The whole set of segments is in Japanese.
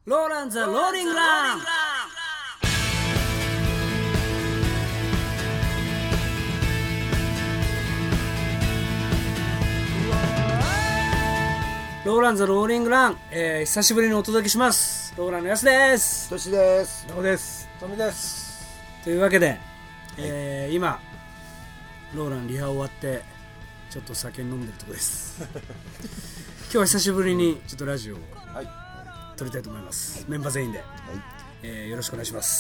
ローランザローリングラン。ローランザローリングラン、久しぶりにお届けします。ローランのやすです。 としです。 どうです。トミです。 というわけで、今ローランリハ終わってちょっと酒飲んでるとこです今日は久しぶりにちょっとラジオを撮りたいと思います、メンバー全員で、よろしくお願いします。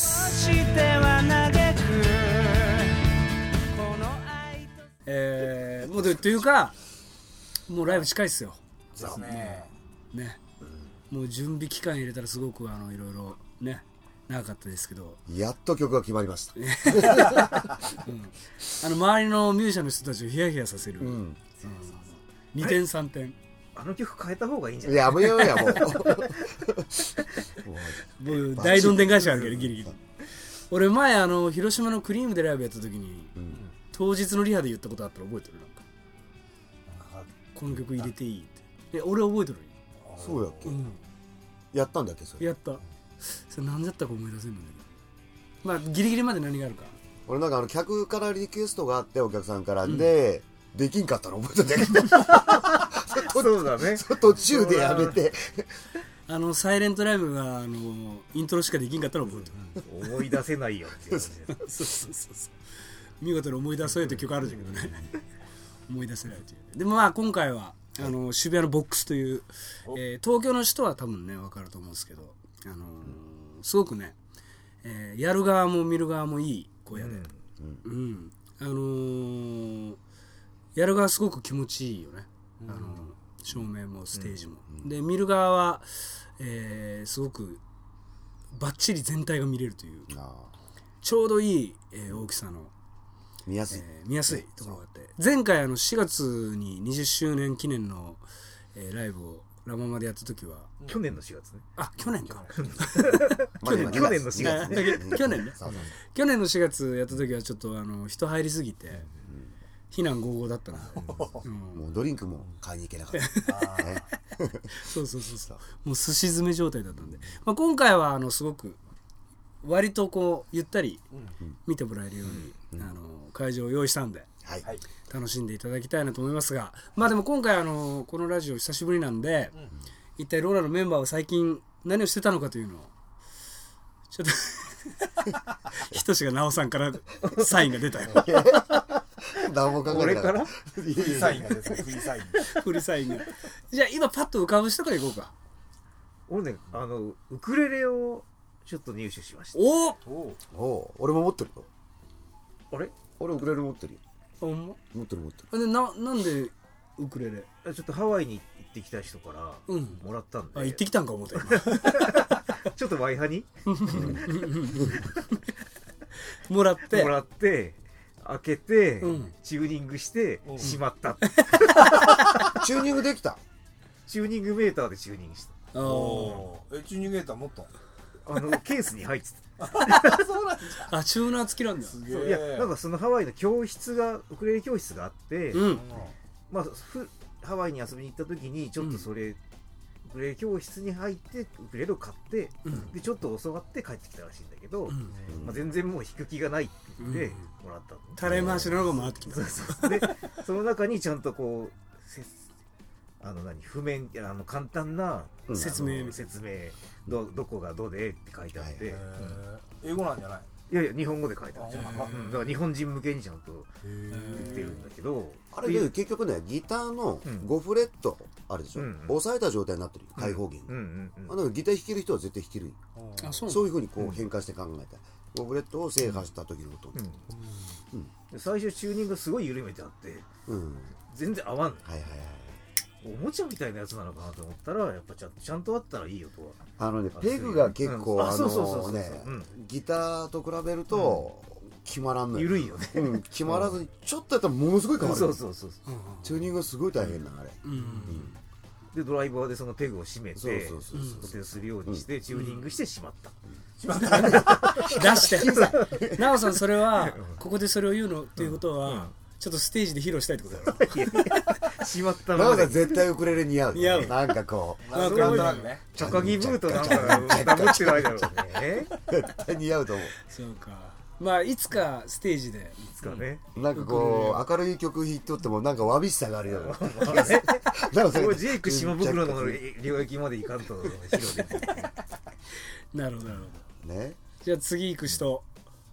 もうというかもうライブ近いっすよ。 ですね。 もう準備期間入れたらすごくいろいろね長かったですけど、 やっと曲が決まりました周りのミュージシャンの人たちをヒヤヒヤさせる、2点3点。 あの曲変えた方がいいんじゃない？ やめようやもう大どんでん返しあるけどギリギリ俺前広島のクリームでライブやった時に、当日のリハで言ったことあったら覚えてる？なんかこの曲入れていいって。俺覚えてる？ そうやっけ、やったんだっけそれ。 やった。それ何だったか思い出せるんだけど、まあギリギリまで何があるか。 俺なんか客からリクエストがあってお客さんからで、できんかったの覚えてるんだけどそうだね途中でやめてサイレントライブがイントロしかできんかったら覚えてる。思い出せないよっていうそう見事に思い出そうよって曲あるんだけどね思い出せないという。でもまあ今回は渋谷のボックスという、東京の人は多分ね分かると思うんですけど、すごくね、やる側も見る側もいい小屋で、やる側すごく気持ちいいよね、照明もステージも、で見る側は、すごくバッチリ全体が見れるというちょうどいい、大きさの見やすい、 ところがあって、前回4月に20周年記念の、ライブをラママでやった時は去年の4月ね。 あ、去年か去年の4月ね去年ね去年の4月やった時はちょっと人入りすぎて非難合々だったなもうドリンクも買いに行けなかったそうもうすし詰め状態だったんで、まあ、今回はすごく割とこうゆったり見てもらえるように、会場を用意したんで、楽しんでいただきたいなと思いますが、まあでも今回このラジオ久しぶりなんで、一体ローラのメンバーは最近何をしてたのかというのをちょっとひとしがなおさんからサインが出たよ何も考えてなかった。 フリーサインがですね。 フリーサインが。じゃあ今パッと浮かぶ人からいこうか。 俺ねウクレレをちょっと入手しました。 お俺も持ってるよ。 あれ？ 俺ウクレレ持ってるよ。 ほんま？ 持ってる。 でなんでウクレレ？ ちょっとハワイに行ってきた人からもらったんで。 あ、行ってきたんか思ったよちょっとワイハにもらって開けて、チューニングしてしまった、 チューニングできた。 チューニングメーターでチューニングした。 チューニングメーター持ったケースに入ってたそうなんだ。 あ、チューナー付きなんだ。 いやなんかそのハワイの教室がウクレレ教室があって、まあハワイに遊びに行った時にちょっとそれ、ウクレレ教室に入ってウクレレを買って、でちょっと教わって帰ってきたらしいんだけど、まあ、全然もう弾く気がないって言ってもらったの、 たらい回しの方が回ってきた。 でその中にちゃんとこう譜面簡単な説明どこがどでって書いてあって、 英語なんじゃない？ いや日本語で書いてある。だから日本人向けにちゃんと言ってるんだけど、 あれで結局ねギターの5フレットあるでしょ、押さえた状態になってるよ、開放弦だからギター弾ける人は絶対弾けるよ。そういうふうにこう変換して考えた5フレットを制覇した時の音。 最初チューニングがすごい緩めてあって、全然合わん。おもちゃみたいなやつなのかなと思ったら、やっぱちゃんとあったらいいよとは。 ペグが結構ギターと比べると決まらんのよ。 緩いよね。 決まらずにちょっとやったらものすごい変わる。 そうチューニングがすごい大変なあれ。 でドライバーでそのペグを締めて固定するようにしてチューニングしてしまった。出してなおさん、それはここでそれを言うのっていうことは、 ちょっとステージで披露したいってことだろ。 しまったな。絶対ウクレレ似合う。 似合う。 なんかこう。 なんとなくね。 チャカギブーとなんかダブってないだろうね。 絶対似合うと思う。 そうか。まあいつかステージで。 いつかね。 なんかこう明るい曲弾いとってもなんかわびしさがあるよ。なんかそれジェイク島袋の領域まで行かんと披露できる。 なるほどなるほど。 ね。 じゃあ次行く人。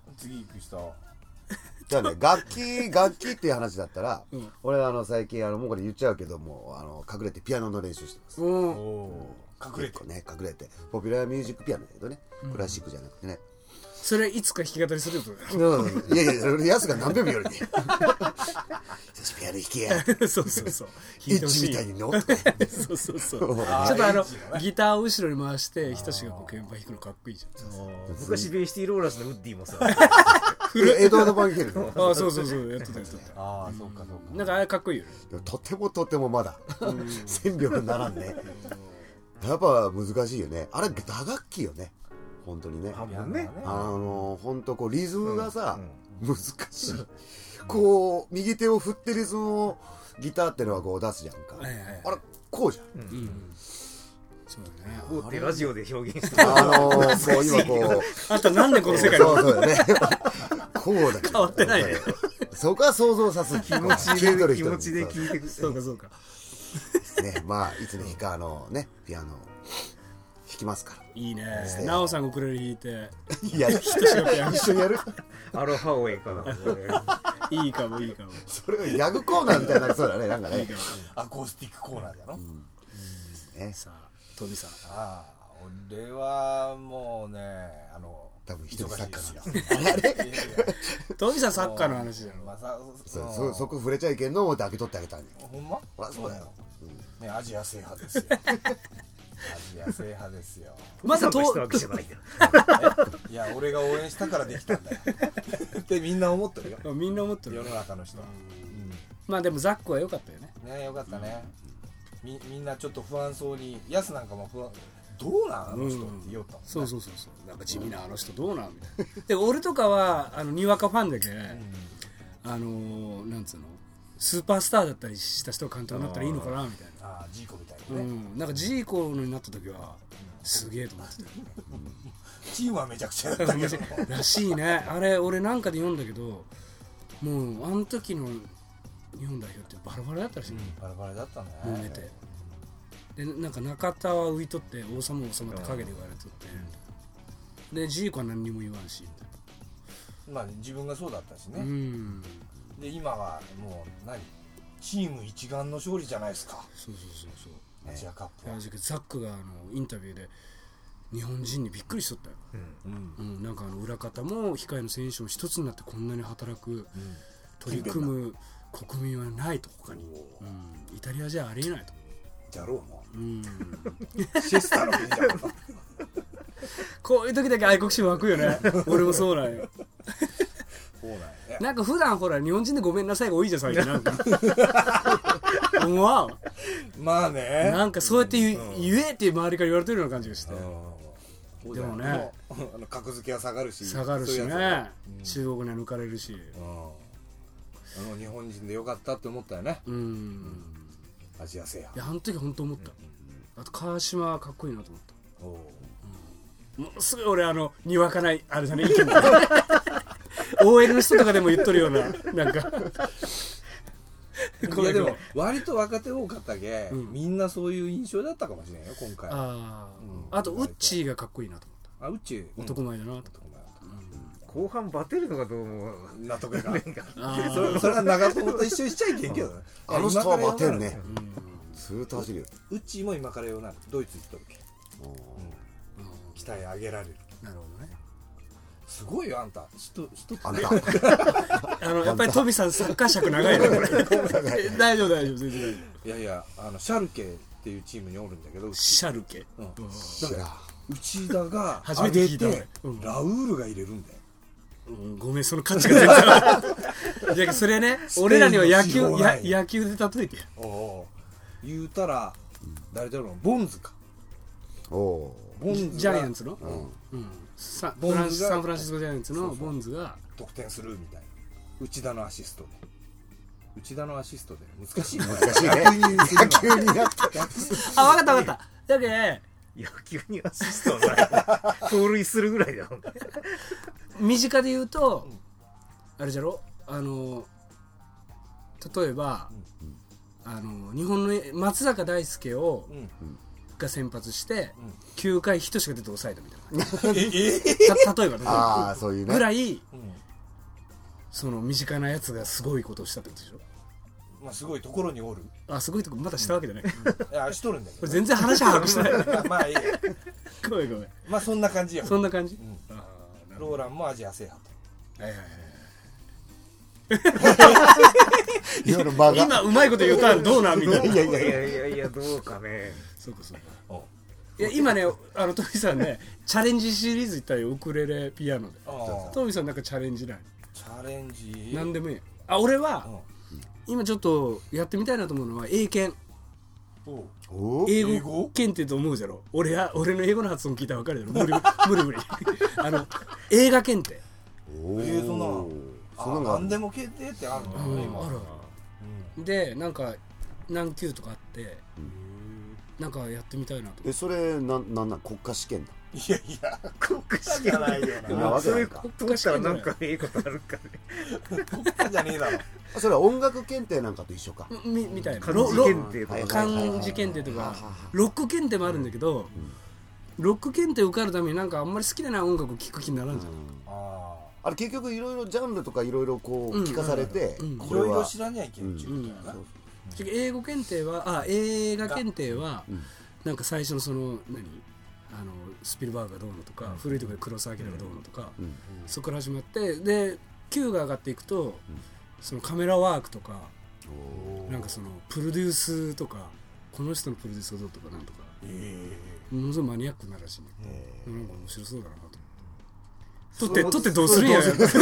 じゃあね、楽器っていう話だったら、俺最近もうこれ言っちゃうけども隠れてピアノの練習してます。 隠れてね、隠れてポピュラーミュージックピアノだけどね、クラシックじゃなくてね。 それいつか弾き語りするってことだよ。 いやいや、それやつが何遍も言われて私ピアノ弾けやそうそうそう。 エッチみたいにのそうそうそう。ちょっとギターを後ろに回してひとしがこう鍵盤弾くのかっこいいじゃん。 昔ベイシティローラーズのウッディもさエドワード・バンヘルね。 ああそうそうそうやってた。 ああそうかそうか。 なんかあれかっこいいよね。 とてもまだ戦力にならんね。やっぱ難しいよね。あれ打楽器よね。本当にね。本当こうリズムがさ難しい。こう右手を振ってリズムをギターってのはこう出すじゃんか。あれこうじゃん。 そうだね。 こうってラジオで表現してこう今こうあんた何でこの世界そうだよね。こうだ変わってないよ。 そこは想像さす気持ちで聞いてくる。 そうかそうか。 ね、まあいつの日かピアノ弾きますから。 いいね。なおさんがウクレレ弾いていや一緒にやる。 アロハオエかな。 いいかもいいかも。 それはギャグコーナーみたいになりそうだね。なんかね。 アコースティックコーナーだろ。 さあトビさん。 ああ俺はもうね多分一人サッカートビさんサッカーの話じゃん。 そこ触れちゃいけんのを開け取ってあげたんほんま？ そうだよ。 ねアジア制覇ですよ。アジア制覇ですよ。 まずいや俺が応援したからできたんだよ。ってみんな思ってるよ。 みんな思ってる。 世の中の人は。 まあでもザックは良かったよね。 ね良かったね。みんなちょっと不安そうにヤスなんかも不安。どうなんあの人って言おったもんね。 そうなんか地味なあの人どうなんみたいな。で俺とかはにわかファンだけなんつうのスーパースターだったりした人が監督になったらいいのかなみたいな。 ああジーコみたいなね。 なんかジーコになった時はすげえと思ってた。 チームはめちゃくちゃだったけどらしいね。あれ俺なんかで読んだけどもうあの時の日本代表ってバラバラだったらしい。 バラバラだったね。 もめてでなんか中田は浮いとって王様って陰で言われとって、でジーコは何にも言わんしみたいな。まあ自分がそうだったしね。で今はもうチーム一丸の勝利じゃないですか。 そうアジアカップは。 ザックがインタビューで日本人にびっくりしとったよ。なんか裏方も控えの選手も一つになってこんなに働く、取り組む国民はないと他に、イタリアじゃありえないと。 じゃろうもシェスターの国じゃん。 こういう時だけ愛国心湧くよね。俺もそうなんよ。 そうなんやね。 なんか普段ほら日本人でごめんなさいが多いじゃん最近なんか。思わん。 まあね。 なんかそうやって言えって周りから言われてるような感じがして。でもね、 格付けは下がるしね。中国には抜かれるし。 日本人でよかったって思ったよね。アジア制覇。 いやあの時本当思った。あと川島はかっこいいなと思った。ものすごい俺にわかないあれだね意見だ。OL の人とかでも言っとるようななんか。 いやでも割と若手多かったけ、みんなそういう印象だったかもしれないよ今回。 あとウッチーがかっこいいなと思った。 ウッチー男前だなと。 後半バテるのがどうも納得いかん。それは長友と一緒にしちゃいけんけどね。 あの人はバテんね。ずーっと走るよ。 ウッチーも今からようなる。ドイツ行っとるけ。期待上げられる。 なるほどね。 すごいよあんた。 あんた。 やっぱりトビさんサッカー尺長いねこれ。大丈夫全然大丈夫。 いやシャルケっていうチームにおるんだけど。 シャルケ。 知らん。 内田が初めて聞いたラウールが入れるんだよ。 ごめんその価値が全然ある。それね俺らには野球で例えてや。 言うたら誰だろうボンズか。 ボンズジャイアンツのサンフランシスコジャイアンツのボンズが得点するみたいな。内田のアシスト内田のアシストで難しいね。 難しいね。野球になった。 あ、分かった分かった。だけ野球にアシストはない。盗塁するぐらいだもんね。 身近で言うと、あれじゃろ、例えば、日本の松坂大輔を、が先発して、9回ヒットしか出て抑えたみたいな。例えばそういうねぐらい、その身近なやつがすごいことをしたってことでしょ。 まあすごいところにおる。 あ、すごいとこまだしたわけじゃない。 いやしとるんだけど。 これ全然話把握してない。 まあいい。 ごめんごめん。 まあそんな感じよ。 そんな感じ。 ローランもアジア制覇と。はいはいはい。今うまいこと言うたらどうなんみたいな。 いやどうかね。 そうかそうか。いや今ねトミさんねチャレンジシリーズ行ったよ、ウクレレピアノで。トミさんなんかチャレンジない？ チャレンジ。 なんでもいい。あ、俺は今ちょっとやってみたいなと思うのは英検。英語検定と思うじゃろ。俺の英語の発音聞いたら分かるじゃろ。無理映画検定。 そんな何でも検定ってあるのね今。 ある。でなんか何級とかあって、なんかやってみたいなと。 それなん国家試験だ。 いや国家試験じゃないよな。 そういうことしたらなんかいいことあるかね。 国家じゃねえだろ。 それは音楽検定なんかと一緒か。 みたいな。 漢字検定とか。 漢字検定とかロック検定もあるんだけど、ロック検定受かるためになんかあんまり好きでない音楽を聴く気にならんじゃん。 あれ結局いろいろジャンルとかいろいろこう聞かされて、 いろいろ知らにゃいけんっていうことやな。 英語検定は映画検定はなんか最初のそのスピルバーグがどうのとか、古いところで黒澤明がどうのとか、そこから始まってで級が上がっていくと、そのカメラワークとか、なんかそのプロデュースとか、この人のプロデュースがどうとかなんとか、ものすごいマニアックになるらしいね。なんか面白そうだなと。取ってどうするんや。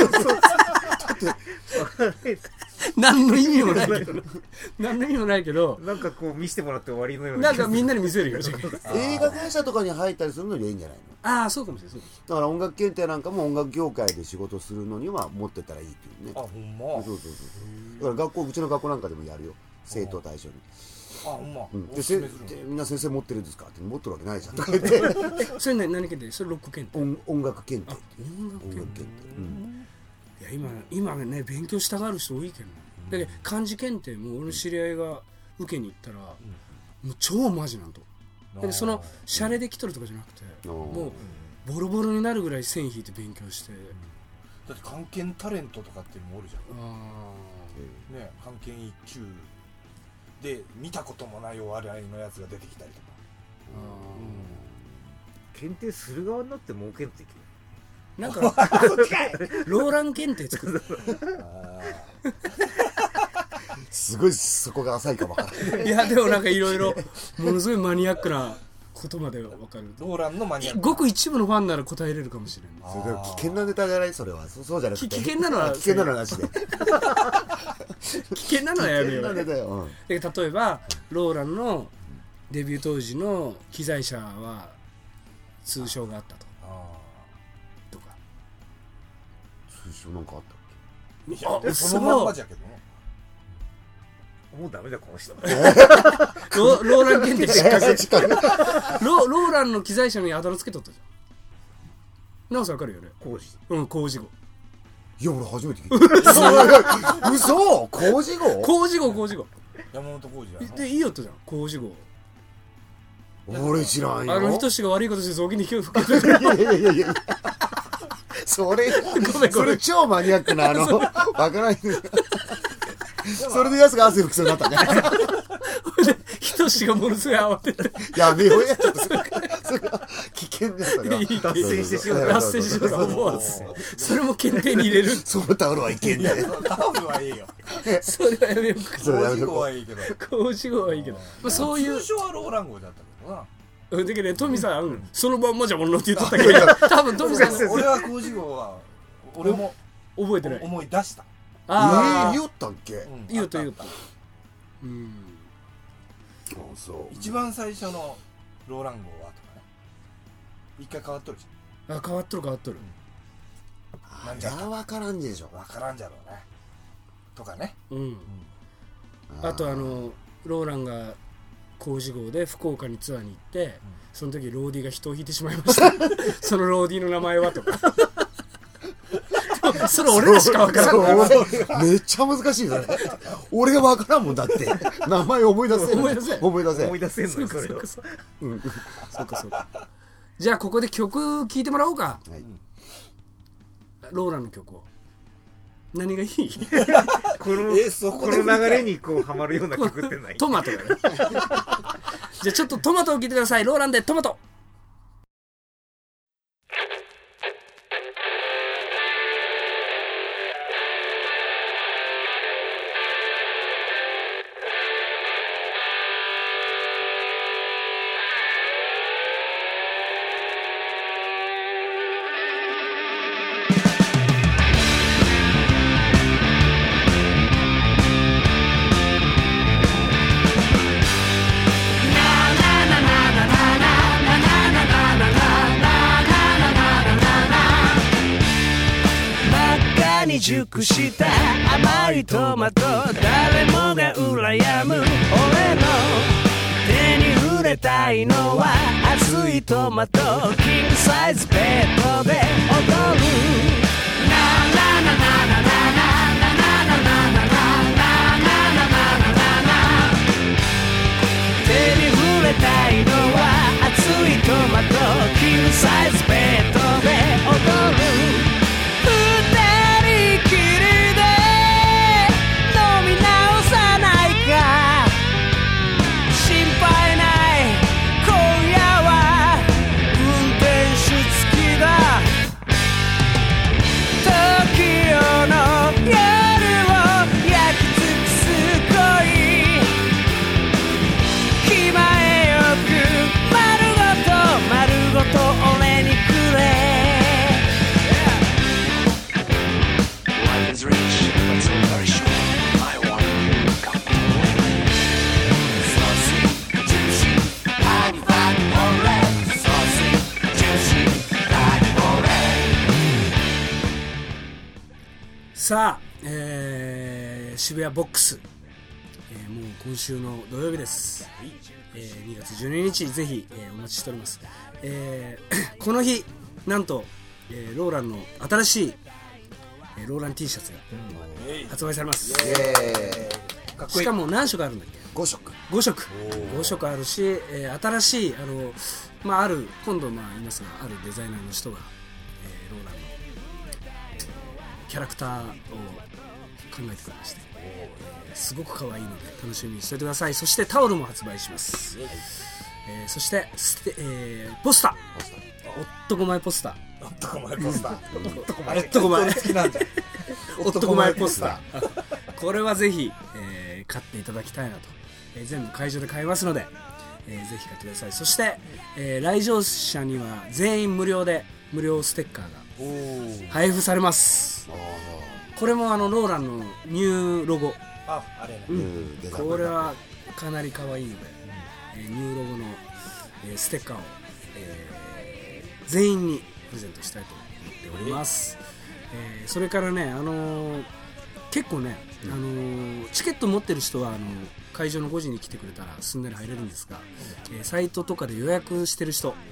何の意味もないけどなんかこう見せてもらって終わりのような。なんかみんなに見せるよ。 映画会社とかに入ったりするのにいいんじゃないの。 ああ、そうかもしれない。 だから音楽検定なんかも音楽業界で仕事するのには持ってたらいいっていうね。 あ、ほんま。 そうだからうちの学校なんかでもやるよ、生徒対象に。 あ、ほんま。 みんな先生持ってるんですかって。持ってるわけないじゃんとか言ってそれ何検定？それロック検定？ 音楽検定。 音楽検定。いや今ね勉強したがる人多いけど、だけど漢字検定も俺の知り合いが受けに行ったら、もう超マジなんと。でそのシャレで来とるとかじゃなくて、もうボロボロになるぐらい線引いて勉強して。 だって漢検タレントとかっていうのもおるじゃん。ね、漢検1級で見たこともないお笑いのやつが出てきたりとか。 検定する側になって儲けんといけない。 なんかローラン検定作る。 すごいそこが浅いかもわからない。 いやでもなんかいろいろものすごいマニアックなことまでわかる。 ローランのマニアック。 ごく一部のファンなら答えれるかもしれない。 それで危険なネタじゃない。それはそうじゃなくて。 危険なのはなしで。 危険なのはやめよう。 例えばローランのデビュー当時の機材車は通称があったと。 通称なんかあったっけ？いやそのまんまじゃけどね。 もうダメだこの人。 ローラン検定失格。ローランの機材車にあだ名つけとったじゃん。なんせわかるよね。 工事。 工事号。 いや俺初めて聞いた。嘘？工事号？ 工事号。 山本工事やな。 でいいよったじゃん工事号。 俺知らんよ。 人志が悪いことして雑巾に火を吹けた。 いやそれ超マニアックなわからない。それでやつが汗拭きそうになったね。 人志がものすごい慌てて。 やめようや。ちょっとそれ危険だよ。 脱線してしまう。思わず。それも検定に入れる。 そのタオルはいけんだよ。 タオルはいいよ。 それはやめよう。 工事号はいいけど。 工事号はいいけど。そういう。 通称はローラン号だったけどな。 だけどね、トミさん、そのまんまじゃものって言っとったけど、多分トミさん、 俺は工事号は俺も覚えてない。 思い出した。 言おったっけ？ 言おった。 一番最初のローラン号はとかね。一回変わっとるじゃん。変わっとる。 なんじゃ分からんでしょ。 分からんじゃろうね。とかね。 あとローランが工事号で福岡にツアーに行って、その時ローディーが人を引いてしまいましたそのローディーの名前はとかそれ俺らしか分からんめっちゃ難しいそれ俺が分からんもんだって名前思い出せ思い出せんのよそれをそうかじゃあここで曲聴いてもらおうか、はい、ローランの曲を何がいいこの流れにこうハマるような曲ってないトマトだねじゃあちょっとトマトを聴いてください。ローランでトマト。熟した甘いトマト、誰もが羨む俺の手に触れたいのは熱いトマト、キングサイズベッドで踊る手に触れたいのは熱いトマト、キングサイズベッドで踊るさあ、渋谷ボックス、もう今週の土曜日です、2月12日ぜひ、お待ちしております、この日なんと、ローランの新しい、ローラン T シャツが発売されます。しかも何色あるんだっけ？5色あるし、新しいある今度言いますがあるデザイナーの人が、ローランのキャラクターを考えてくれまして、すごく可愛いので楽しみにしておいてください。そしてタオルも発売します、そしてポスター男前ポスター男前ポスターこれはぜひ、買っていただきたいなと、全部会場で買えますので、ぜひ買ってください。そして、来場者には全員無料ステッカーが配布されます。これもローランのニューロゴ、これはかなり可愛いので、ニューロゴの、ステッカーを、全員にプレゼントしたいと思っております。それからね、結構ね、チケット持ってる人は会場の5時に来てくれたらすんなり入れるんですが、サイトとかで予約してる人、は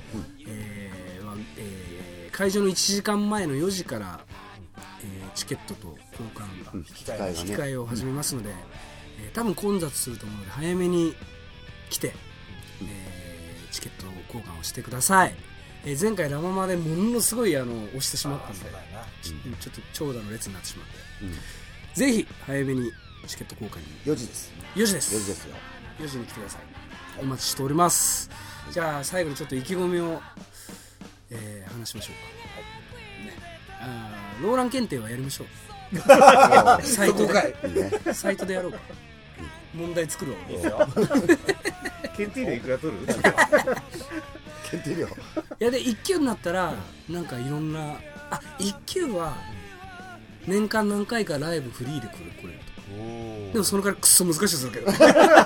会場の1時間前の4時から、チケットと交換引き換えを始めますので、多分混雑すると思うので早めに来て、チケット交換をしてください。前回ラママでものすごい押してしまったので、ちょっと長蛇の列になってしまって、ぜひ早めにチケット交換に 4時です 4時ですよ。4時に来てください。お待ちしております。じゃあ最後にちょっと意気込みを、話しましょうか、ローラン検定はやりましょうサイトでやろうか、問題作ろう。いいですよ検定料いくら取る検定料、 いやで1級になったらなんかいろんな1級は年間何回かライブフリーで来れると。でもそのからクソ難しいするけど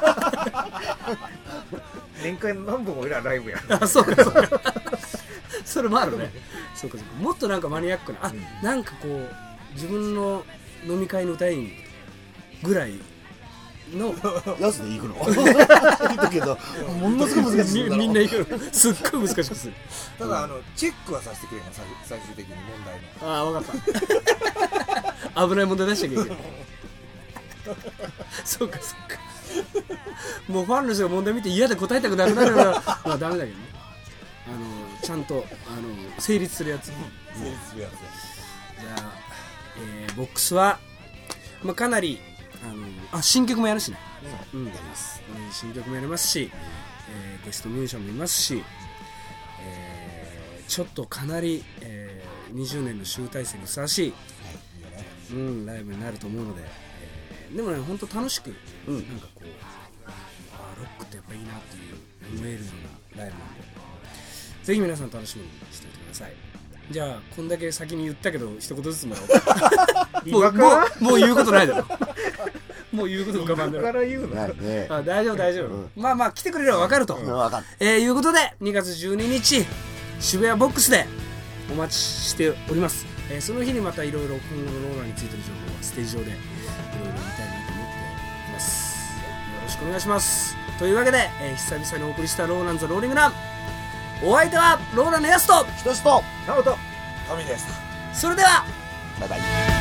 年間何本俺らライブやそうかそれもあるね。そうかもっとなんかマニアックななんかこう自分の飲み会の歌いぐらいのやつで行くの言ったけどものすごい難しいみんな行くのすっごい難しくする。 ただチェックはさせてくれへん最終的に問題の。 ああ分かった危ない問題出しちゃいけないそうかそうかもうファンの人が問題見て嫌で答えたくなくなるからまあダメだけどねちゃんと成立するやつ。 成立するやつ。 じゃあ、ボックスは、まあ、かなり新曲もやるしね、やります。新曲もやりますし、ゲストミュージシャンもいますし、ちょっとかなり、20年の集大成にふさわしい、ライブになると思うので、でもね本当楽しく、なんかこうロックってやっぱいいなっていう思えるようなライブなんで、ぜひ皆さん楽しみにしておいてください。じゃあこんだけ先に言ったけど一言ずつもらおうもう言うことないだろもう言うこと浮かばんだろから言うの、 あ大丈夫大丈夫、まあまあ来てくれれば分かると、いうことで2月12日渋谷ボックスでお待ちしております。その日にまたいろいろ今後のローラーについてる情報はステージ上でいろいろ見たいなと思っています。よろしくお願いします。というわけで、久々にお送りしたローランズローリングラン、お相手はローランのヤスとひとしとナオトトミーでした。 それではバイバイ。